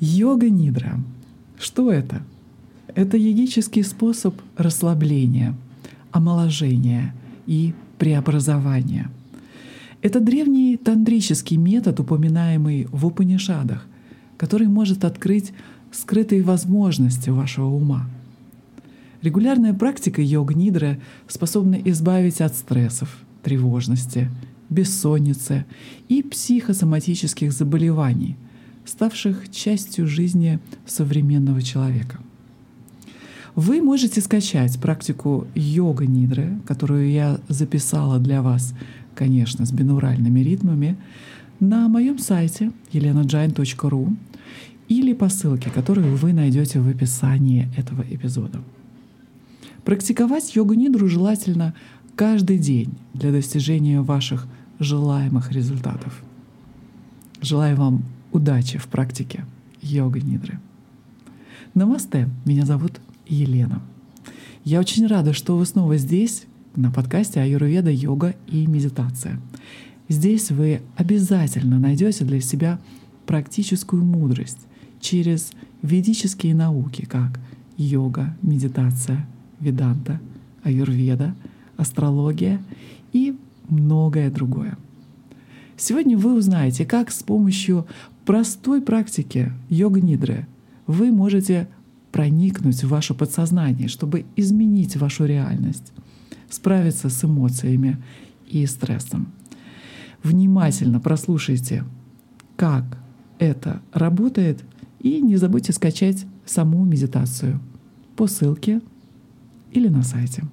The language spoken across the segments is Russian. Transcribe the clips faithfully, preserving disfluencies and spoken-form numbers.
Йога-нидра. Что это? Это йогический способ расслабления, омоложения и преобразования. Это древний тантрический метод, упоминаемый в Упанишадах, который может открыть скрытые возможности вашего ума. Регулярная практика йога-нидры способна избавить от стрессов, тревожности, бессонницы и психосоматических заболеваний, ставших частью жизни современного человека. Вы можете скачать практику йога-нидры, которую я записала для вас, конечно, с бинуральными ритмами, на моем сайте елена джайн точка ру или по ссылке, которую вы найдете в описании этого эпизода. Практиковать йогу-нидру желательно каждый день для достижения ваших желаемых результатов. Желаю вам удачи в практике йога-нидры. Намасте, меня зовут Елена. Я очень рада, что вы снова здесь, на подкасте «Аюрведа, йога и медитация». Здесь вы обязательно найдете для себя практическую мудрость через ведические науки, как йога, медитация, веданта, аюрведа, астрология и многое другое. Сегодня вы узнаете, как с помощью простой практики йога-нидры вы можете проникнуть в ваше подсознание, чтобы изменить вашу реальность, справиться с эмоциями и стрессом. Внимательно прослушайте, как это работает, и не забудьте скачать саму медитацию по ссылке или на сайте.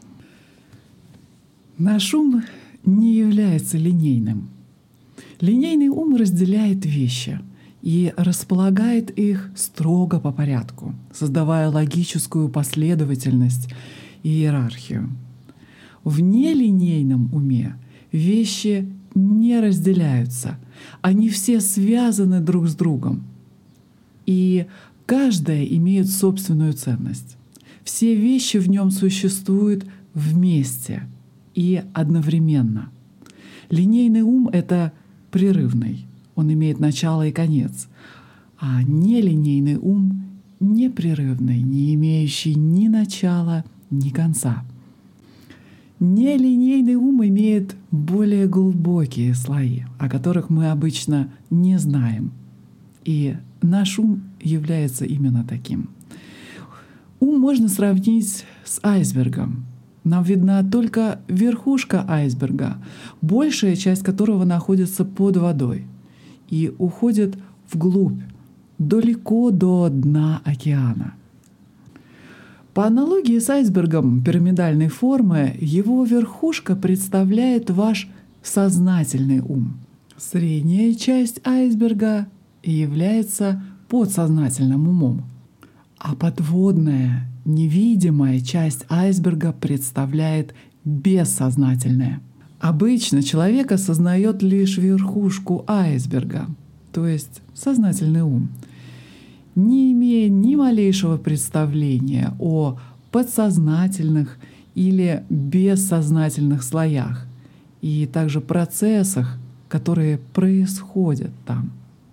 Наш ум не является линейным. Линейный ум разделяет вещи и располагает их строго по порядку, создавая логическую последовательность и иерархию. В нелинейном уме вещи не разделяются, они все связаны друг с другом, и каждая имеет собственную ценность. Все вещи в нем существуют вместе и одновременно. Линейный ум — это прерывный, он имеет начало и конец, а нелинейный ум — непрерывный, не имеющий ни начала, ни конца. Нелинейный ум имеет более глубокие слои, о которых мы обычно не знаем, и наш ум является именно таким. Ум можно сравнить с айсбергом. Нам видна только верхушка айсберга, большая часть которого находится под водой и уходит вглубь, далеко до дна океана. По аналогии с айсбергом пирамидальной формы, его верхушка представляет ваш сознательный ум. Средняя часть айсберга является подсознательным умом, а подводная, невидимая часть айсберга представляет бессознательное. Обычно человек осознает лишь верхушку айсберга, то есть сознательный ум, не имея ни малейшего представления о подсознательных или бессознательных слоях и также процессах, которые происходят там.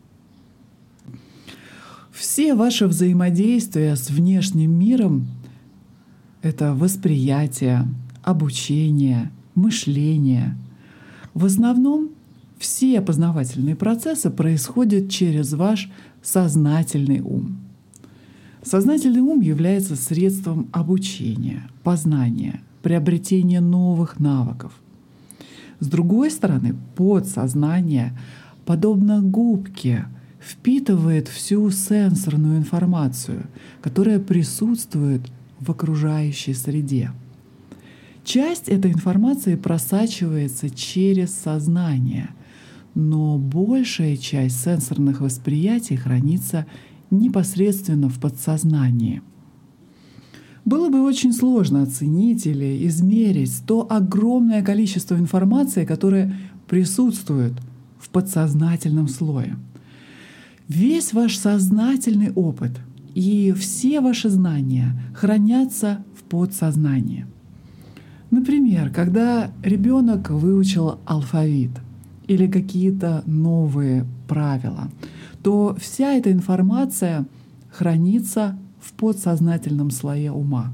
Все ваши взаимодействия с внешним миром — это восприятие, обучение, мышление. В основном все познавательные процессы происходят через ваш сознательный ум. Сознательный ум является средством обучения, познания, приобретения новых навыков. С другой стороны, подсознание, подобно губке, впитывает всю сенсорную информацию, которая присутствует в окружающей среде. Часть этой информации просачивается через сознание, но большая часть сенсорных восприятий хранится непосредственно в подсознании. Было бы очень сложно оценить или измерить то огромное количество информации, которое присутствует в подсознательном слое. Весь ваш сознательный опыт и все ваши знания хранятся в подсознании. Например, когда ребенок выучил алфавит или какие-то новые правила, то вся эта информация хранится в подсознательном слое ума.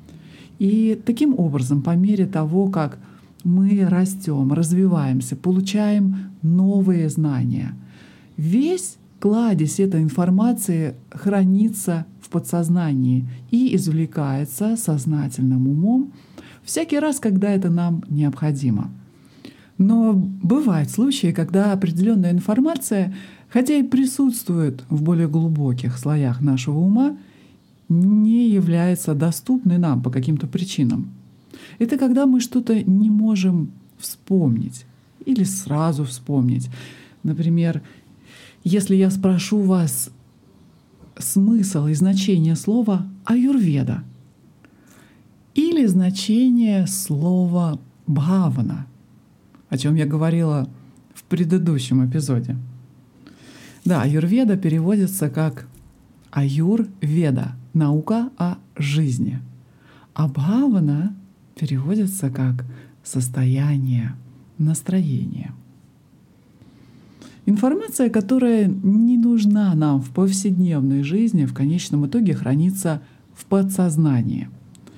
И таким образом, по мере того, как мы растем, развиваемся, получаем новые знания, весь кладезь этой информации хранится в подсознании и извлекается сознательным умом всякий раз, когда это нам необходимо. Но бывают случаи, когда определенная информация, хотя и присутствует в более глубоких слоях нашего ума, не является доступной нам по каким-то причинам. Это когда мы что-то не можем вспомнить или сразу вспомнить. Например, если я спрошу вас смысл и значение слова «аюрведа» или значение слова «бхавана», о чем я говорила в предыдущем эпизоде. Да, аюрведа переводится как аюр-веда — наука о жизни. А бхавана переводится как состояние, настроение. Информация, которая не нужна нам в повседневной жизни, в конечном итоге хранится в подсознании.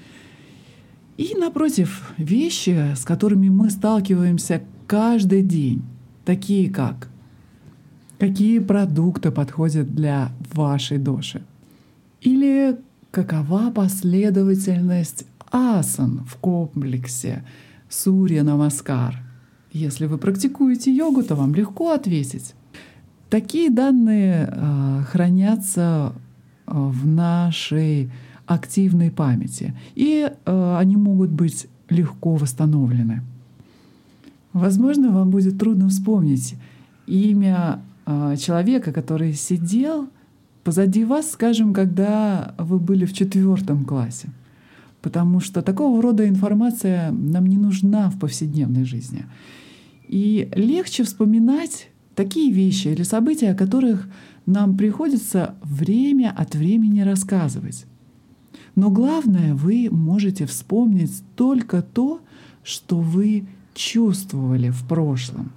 И, напротив, вещи, с которыми мы сталкиваемся каждый день, такие как какие продукты подходят для вашей доши, или какова последовательность асан в комплексе Сурья-намаскар. Если вы практикуете йогу, то вам легко ответить. Такие данные э, хранятся в нашей активной памяти, и э, они могут быть легко восстановлены. Возможно, вам будет трудно вспомнить имя э, человека, который сидел позади вас, скажем, когда вы были в четвертом классе, потому что такого рода информация нам не нужна в повседневной жизни. И легче вспоминать такие вещи или события, о которых нам приходится время от времени рассказывать. Но главное, вы можете вспомнить только то, что вы чувствовали в прошлом.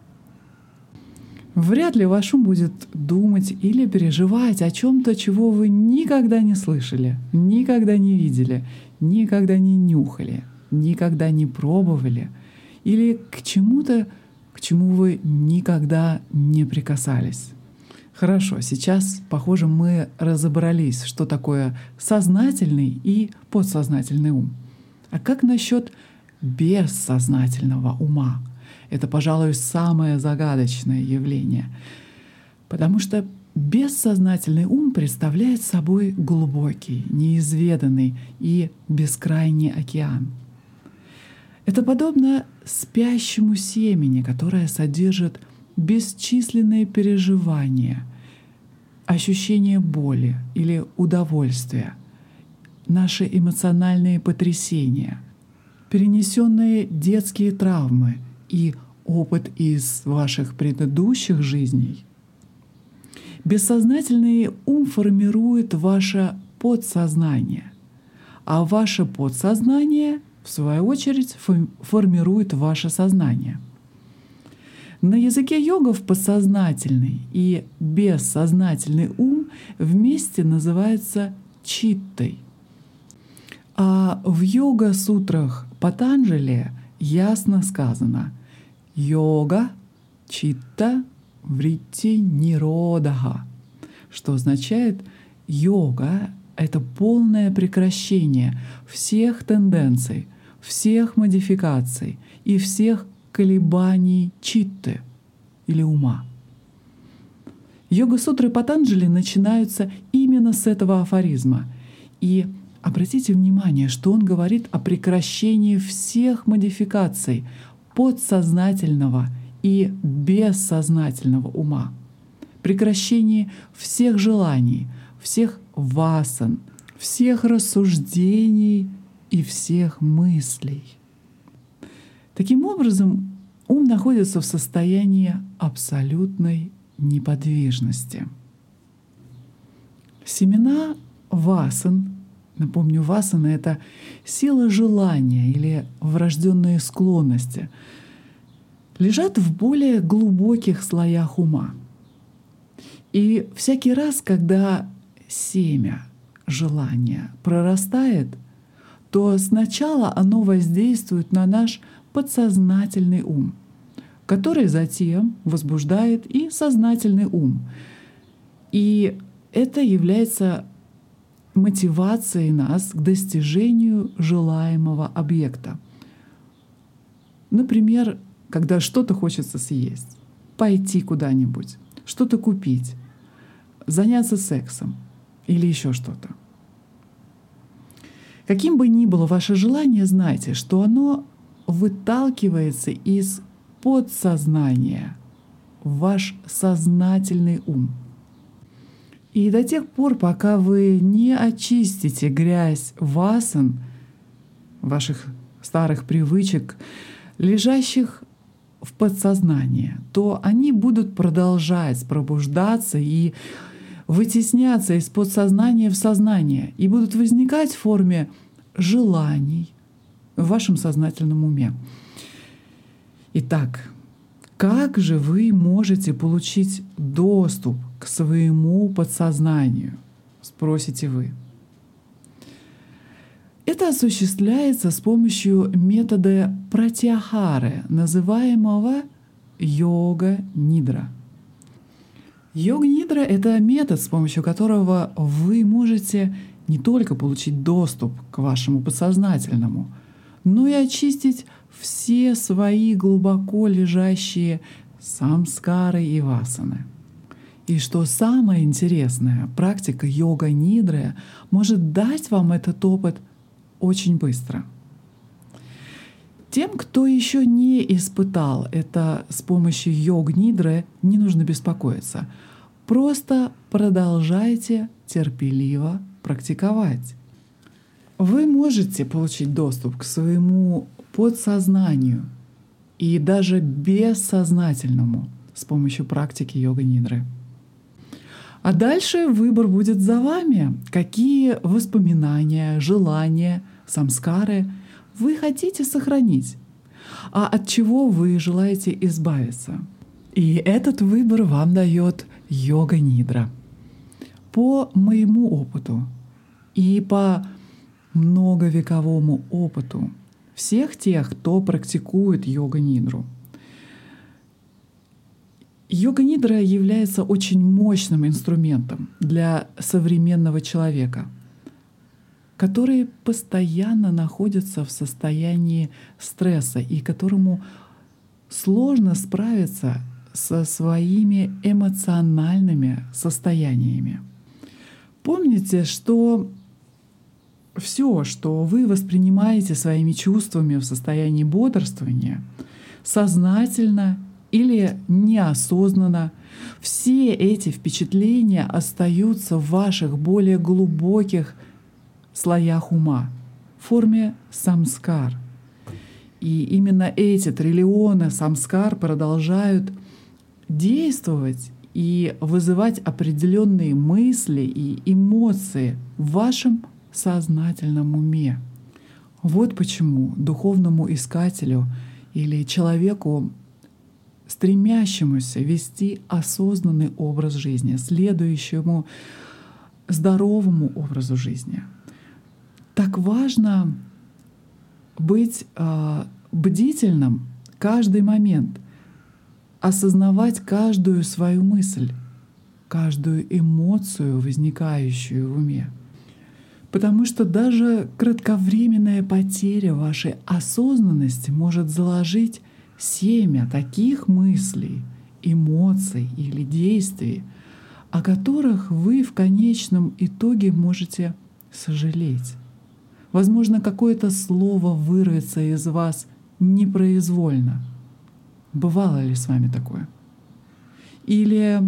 Вряд ли ваш ум будет думать или переживать о чем-то, чего вы никогда не слышали, никогда не видели, никогда не нюхали, никогда не пробовали, или к чему-то, к чему вы никогда не прикасались. Хорошо, сейчас, похоже, мы разобрались, что такое сознательный и подсознательный ум. А как насчет бессознательного ума? Это, пожалуй, самое загадочное явление, потому что бессознательный ум представляет собой глубокий, неизведанный и бескрайний океан. Это подобно спящему семени, которое содержит бесчисленные переживания, ощущение боли или удовольствия, наши эмоциональные потрясения, перенесенные детские травмы и опыт из ваших предыдущих жизней. Бессознательный ум формирует ваше подсознание, а ваше подсознание, в свою очередь, формирует ваше сознание. На языке йогов подсознательный и бессознательный ум вместе называются читтой. А в йога-сутрах Патанджали ясно сказано «йога читта вритти ниродха», что означает «йога — это полное прекращение всех тенденций, всех модификаций и всех колебаний читты или ума». Йога-сутры Патанджали начинаются именно с этого афоризма. И обратите внимание, что он говорит о прекращении всех модификаций подсознательного и бессознательного ума, прекращении всех желаний, всех васан, всех рассуждений и всех мыслей. Таким образом, ум находится в состоянии абсолютной неподвижности. Семена васан, напомню, васана — это сила желания или врожденные склонности, лежат в более глубоких слоях ума. И всякий раз, когда семя желания прорастает, то сначала оно воздействует на наш подсознательный ум, который затем возбуждает и сознательный ум. И это является мотивацией нас к достижению желаемого объекта. Например, когда что-то хочется съесть, пойти куда-нибудь, что-то купить, заняться сексом или еще что-то. Каким бы ни было ваше желание, знайте, что оно выталкивается из подсознания в ваш сознательный ум. И до тех пор, пока вы не очистите грязь васан, ваших старых привычек, лежащих в подсознании, то они будут продолжать пробуждаться и вытесняться из подсознания в сознание и будут возникать в форме желаний в вашем сознательном уме. Итак, как же вы можете получить доступ к своему подсознанию, спросите вы? Это осуществляется с помощью метода пратяхары, называемого йога-нидра. Йога-нидра — это метод, с помощью которого вы можете не только получить доступ к вашему подсознательному, но и очистить все свои глубоко лежащие самскары и васаны. И что самое интересное, практика йога-нидры может дать вам этот опыт очень быстро. Тем, кто еще не испытал это с помощью йог-нидры, не нужно беспокоиться. Просто продолжайте терпеливо практиковать. Вы можете получить доступ к своему подсознанию и даже бессознательному с помощью практики йога-нидры. А дальше выбор будет за вами. Какие воспоминания, желания, самскары вы хотите сохранить, а от чего вы желаете избавиться. И этот выбор вам дает йога-нидра. По моему опыту и по многовековому опыту всех тех, кто практикует йога-нидру, йога-нидра является очень мощным инструментом для современного человека, который постоянно находится в состоянии стресса и которому сложно справиться со своими эмоциональными состояниями. Помните, что все, что вы воспринимаете своими чувствами в состоянии бодрствования, сознательно или неосознанно, все эти впечатления остаются в ваших более глубоких слоях ума в форме самскар. И именно эти триллионы самскар продолжают действовать и вызывать определенные мысли и эмоции в вашем сознательном уме. Вот почему духовному искателю или человеку, стремящемуся вести осознанный образ жизни, следующему здоровому образу жизни, так важно быть э, бдительным каждый момент, осознавать каждую свою мысль, каждую эмоцию, возникающую в уме. Потому что даже кратковременная потеря вашей осознанности может заложить семя таких мыслей, эмоций или действий, о которых вы в конечном итоге можете сожалеть. Возможно, какое-то слово вырвется из вас непроизвольно. Бывало ли с вами такое? Или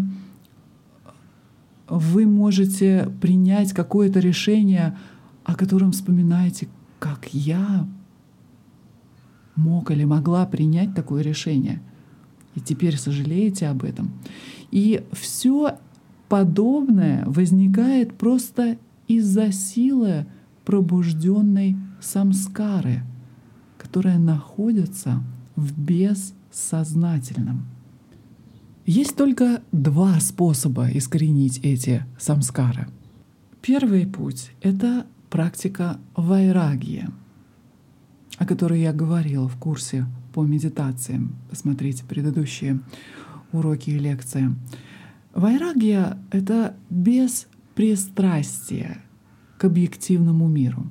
вы можете принять какое-то решение, о котором вспоминаете, как я мог или могла принять такое решение, и теперь сожалеете об этом. И все подобное возникает просто из-за силы пробужденной самскары, которая находится в бессознательном. Есть только два способа искоренить эти самскары. Первый путь — это практика вайрагья, о которой я говорила в курсе по медитациям. Посмотрите предыдущие уроки и лекции. Вайрагья — это беспристрастие к объективному миру.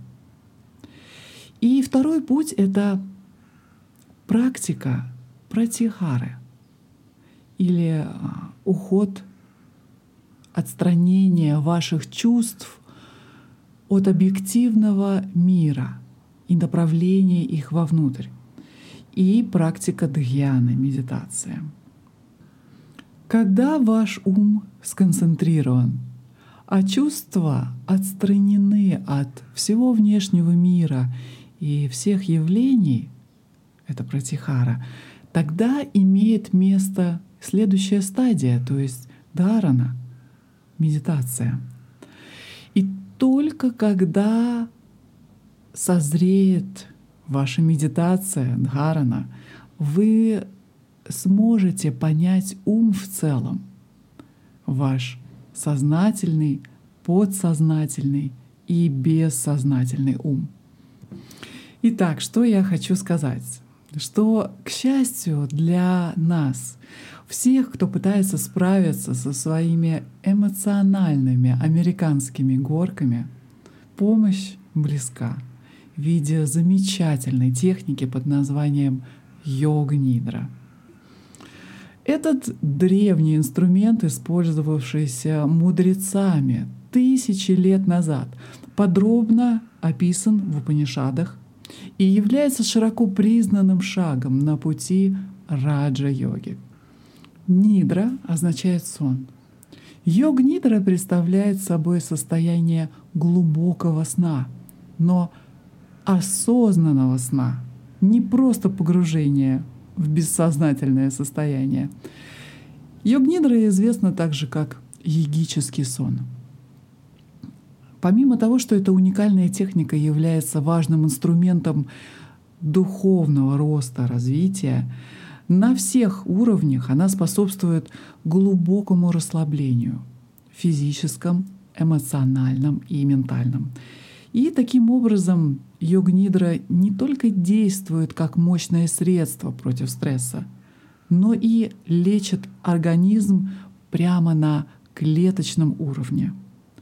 И второй путь — это практика пратихары или уход, отстранение ваших чувств от объективного мира и направление их вовнутрь. И практика дхьяны, медитация. Когда ваш ум сконцентрирован, а чувства отстранены от всего внешнего мира и всех явлений, это пратихара, тогда имеет место следующая стадия, то есть дхарана, медитация. И только когда созреет ваша медитация, дхарана, вы сможете понять ум в целом, ваш сознательный, подсознательный и бессознательный ум. Итак, что я хочу сказать? Что, к счастью для нас, всех, кто пытается справиться со своими эмоциональными американскими горками, помощь близка в виде замечательной техники под названием йога-нидра. Этот древний инструмент, использовавшийся мудрецами тысячи лет назад, подробно описан в Упанишадах и является широко признанным шагом на пути раджа-йоги. Нидра означает сон. Йога-нидра представляет собой состояние глубокого сна, но осознанного сна, не просто погружение в бессознательное состояние. Йога-нидра известна также как йогический сон. Помимо того, что эта уникальная техника является важным инструментом духовного роста, развития, на всех уровнях она способствует глубокому расслаблению — физическом, эмоциональном и ментальном. И таким образом йога-нидра не только действует как мощное средство против стресса, но и лечит организм прямо на клеточном уровне,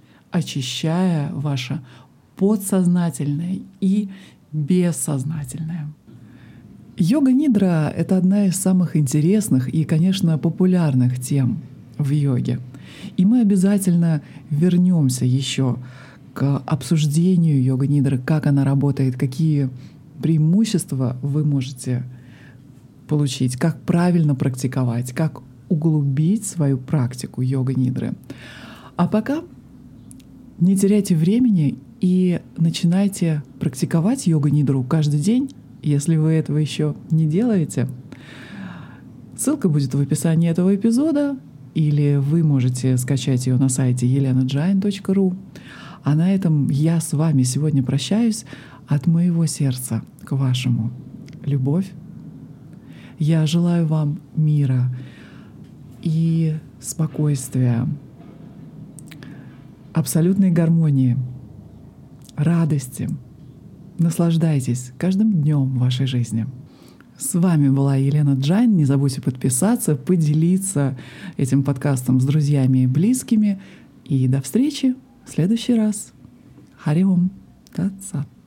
очищая ваше подсознательное и бессознательное. Йога-нидра — это одна из самых интересных и, конечно, популярных тем в йоге. И мы обязательно вернемся еще к обсуждению йога-нидры, как она работает, какие преимущества вы можете получить, как правильно практиковать, как углубить свою практику йога-нидры. А пока не теряйте времени и начинайте практиковать йога-нидру каждый день, если вы этого еще не делаете. Ссылка будет в описании этого эпизода, или вы можете скачать ее на сайте елена джайн точка ру. А на этом я с вами сегодня прощаюсь от моего сердца к вашему. Любовь. Я желаю вам мира и спокойствия, абсолютной гармонии, радости. Наслаждайтесь каждым днем вашей жизни. С вами была Елена Джайн. Не забудьте подписаться, поделиться этим подкастом с друзьями и близкими. И до встречи в следующий раз. Хари Ом. Тат Сат.